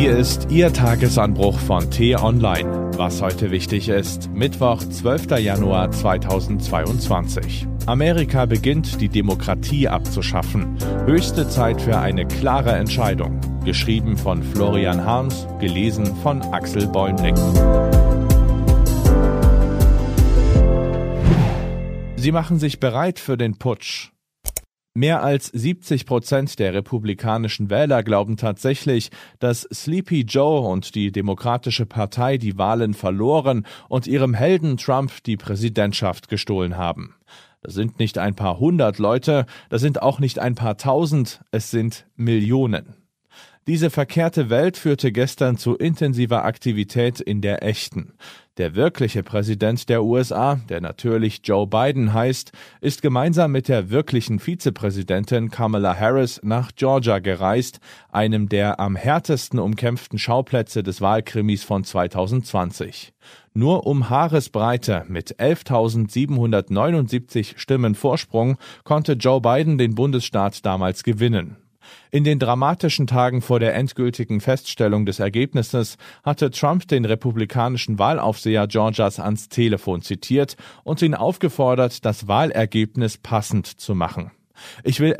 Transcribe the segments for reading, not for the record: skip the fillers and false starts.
Hier ist Ihr Tagesanbruch von T-Online. Was heute wichtig ist, Mittwoch, 12. Januar 2022. Amerika beginnt, die Demokratie abzuschaffen. Höchste Zeit für eine klare Entscheidung. Geschrieben von Florian Harms, gelesen von Axel Bäumling. Sie machen sich bereit für den Putsch. Mehr als 70% der republikanischen Wähler glauben tatsächlich, dass Sleepy Joe und die Demokratische Partei die Wahlen verloren und ihrem Helden Trump die Präsidentschaft gestohlen haben. Das sind nicht ein paar hundert Leute, das sind auch nicht ein paar tausend, es sind Millionen. Diese verkehrte Welt führte gestern zu intensiver Aktivität in der echten. Der wirkliche Präsident der USA, der natürlich Joe Biden heißt, ist gemeinsam mit der wirklichen Vizepräsidentin Kamala Harris nach Georgia gereist, einem der am härtesten umkämpften Schauplätze des Wahlkrimis von 2020. Nur um Haaresbreite mit 11.779 Stimmen Vorsprung konnte Joe Biden den Bundesstaat damals gewinnen. In den dramatischen Tagen vor der endgültigen Feststellung des Ergebnisses hatte Trump den republikanischen Wahlaufseher Georgias ans Telefon zitiert und ihn aufgefordert, das Wahlergebnis passend zu machen. Ich will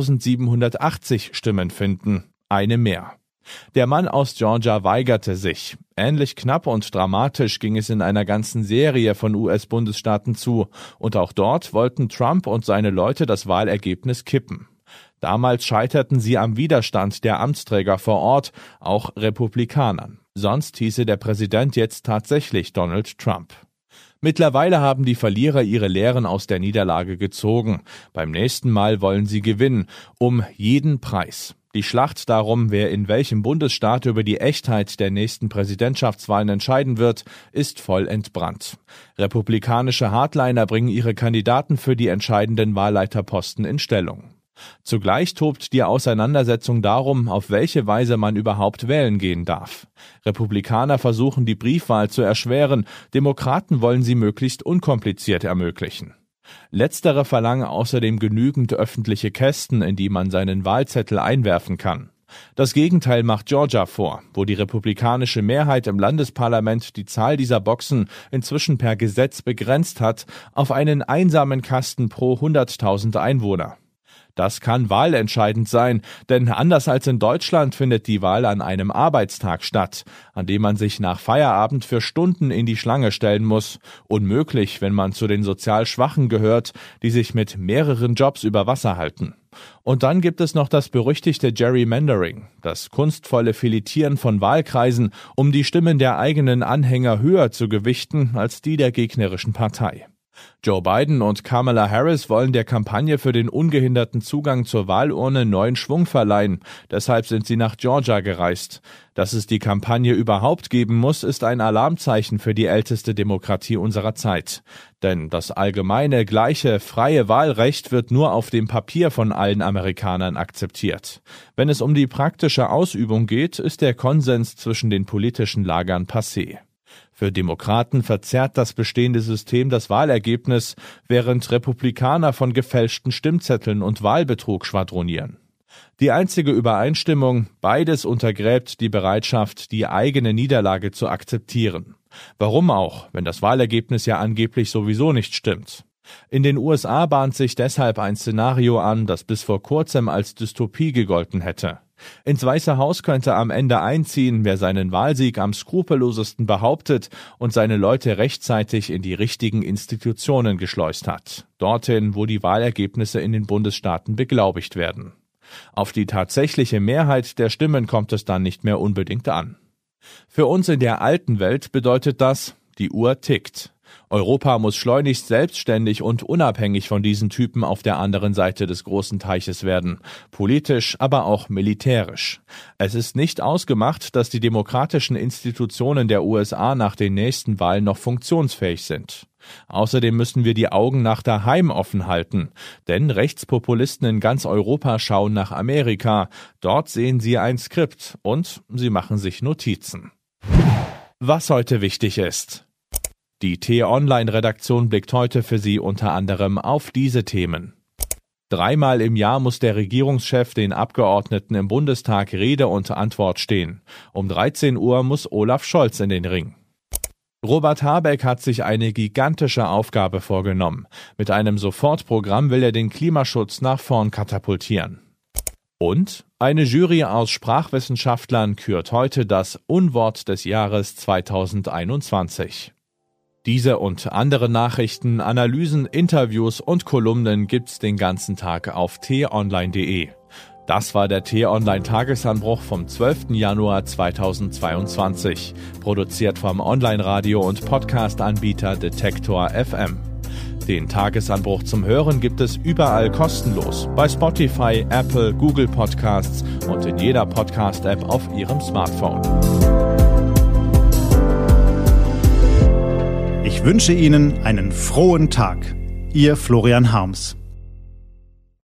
11.780 Stimmen finden, eine mehr. Der Mann aus Georgia weigerte sich. Ähnlich knapp und dramatisch ging es in einer ganzen Serie von US-Bundesstaaten zu, und auch dort wollten Trump und seine Leute das Wahlergebnis kippen. Damals scheiterten sie am Widerstand der Amtsträger vor Ort, auch Republikanern. Sonst hieße der Präsident jetzt tatsächlich Donald Trump. Mittlerweile haben die Verlierer ihre Lehren aus der Niederlage gezogen. Beim nächsten Mal wollen sie gewinnen, um jeden Preis. Die Schlacht darum, wer in welchem Bundesstaat über die Echtheit der nächsten Präsidentschaftswahlen entscheiden wird, ist voll entbrannt. Republikanische Hardliner bringen ihre Kandidaten für die entscheidenden Wahlleiterposten in Stellung. Zugleich tobt die Auseinandersetzung darum, auf welche Weise man überhaupt wählen gehen darf. Republikaner versuchen, die Briefwahl zu erschweren, Demokraten wollen sie möglichst unkompliziert ermöglichen. Letztere verlangen außerdem genügend öffentliche Kästen, in die man seinen Wahlzettel einwerfen kann. Das Gegenteil macht Georgia vor, wo die republikanische Mehrheit im Landesparlament die Zahl dieser Boxen inzwischen per Gesetz begrenzt hat auf einen einsamen Kasten pro 100.000 Einwohner. Das kann wahlentscheidend sein, denn anders als in Deutschland findet die Wahl an einem Arbeitstag statt, an dem man sich nach Feierabend für Stunden in die Schlange stellen muss. Unmöglich, wenn man zu den sozial Schwachen gehört, die sich mit mehreren Jobs über Wasser halten. Und dann gibt es noch das berüchtigte Gerrymandering, das kunstvolle Filetieren von Wahlkreisen, um die Stimmen der eigenen Anhänger höher zu gewichten als die der gegnerischen Partei. Joe Biden und Kamala Harris wollen der Kampagne für den ungehinderten Zugang zur Wahlurne neuen Schwung verleihen. Deshalb sind sie nach Georgia gereist. Dass es die Kampagne überhaupt geben muss, ist ein Alarmzeichen für die älteste Demokratie unserer Zeit. Denn das allgemeine, gleiche, freie Wahlrecht wird nur auf dem Papier von allen Amerikanern akzeptiert. Wenn es um die praktische Ausübung geht, ist der Konsens zwischen den politischen Lagern passé. Für Demokraten verzerrt das bestehende System das Wahlergebnis, während Republikaner von gefälschten Stimmzetteln und Wahlbetrug schwadronieren. Die einzige Übereinstimmung, beides untergräbt die Bereitschaft, die eigene Niederlage zu akzeptieren. Warum auch, wenn das Wahlergebnis ja angeblich sowieso nicht stimmt? In den USA bahnt sich deshalb ein Szenario an, das bis vor kurzem als Dystopie gegolten hätte. Ins Weiße Haus könnte am Ende einziehen, wer seinen Wahlsieg am skrupellosesten behauptet und seine Leute rechtzeitig in die richtigen Institutionen geschleust hat. Dorthin, wo die Wahlergebnisse in den Bundesstaaten beglaubigt werden. Auf die tatsächliche Mehrheit der Stimmen kommt es dann nicht mehr unbedingt an. Für uns in der alten Welt bedeutet das, die Uhr tickt. Europa muss schleunigst selbstständig und unabhängig von diesen Typen auf der anderen Seite des großen Teiches werden, politisch, aber auch militärisch. Es ist nicht ausgemacht, dass die demokratischen Institutionen der USA nach den nächsten Wahlen noch funktionsfähig sind. Außerdem müssen wir die Augen nach daheim offen halten, denn Rechtspopulisten in ganz Europa schauen nach Amerika. Dort sehen sie ein Skript und sie machen sich Notizen. Was heute wichtig ist. Die T-Online-Redaktion blickt heute für Sie unter anderem auf diese Themen. 3-mal im Jahr muss der Regierungschef den Abgeordneten im Bundestag Rede und Antwort stehen. Um 13 Uhr muss Olaf Scholz in den Ring. Robert Habeck hat sich eine gigantische Aufgabe vorgenommen. Mit einem Sofortprogramm will er den Klimaschutz nach vorn katapultieren. Und eine Jury aus Sprachwissenschaftlern kürt heute das Unwort des Jahres 2021. Diese und andere Nachrichten, Analysen, Interviews und Kolumnen gibt's den ganzen Tag auf t-online.de. Das war der T-Online-Tagesanbruch vom 12. Januar 2022, produziert vom Online-Radio- und Podcast-Anbieter Detektor FM. Den Tagesanbruch zum Hören gibt es überall kostenlos, bei Spotify, Apple, Google Podcasts und in jeder Podcast-App auf Ihrem Smartphone. Ich wünsche Ihnen einen frohen Tag. Ihr Florian Harms.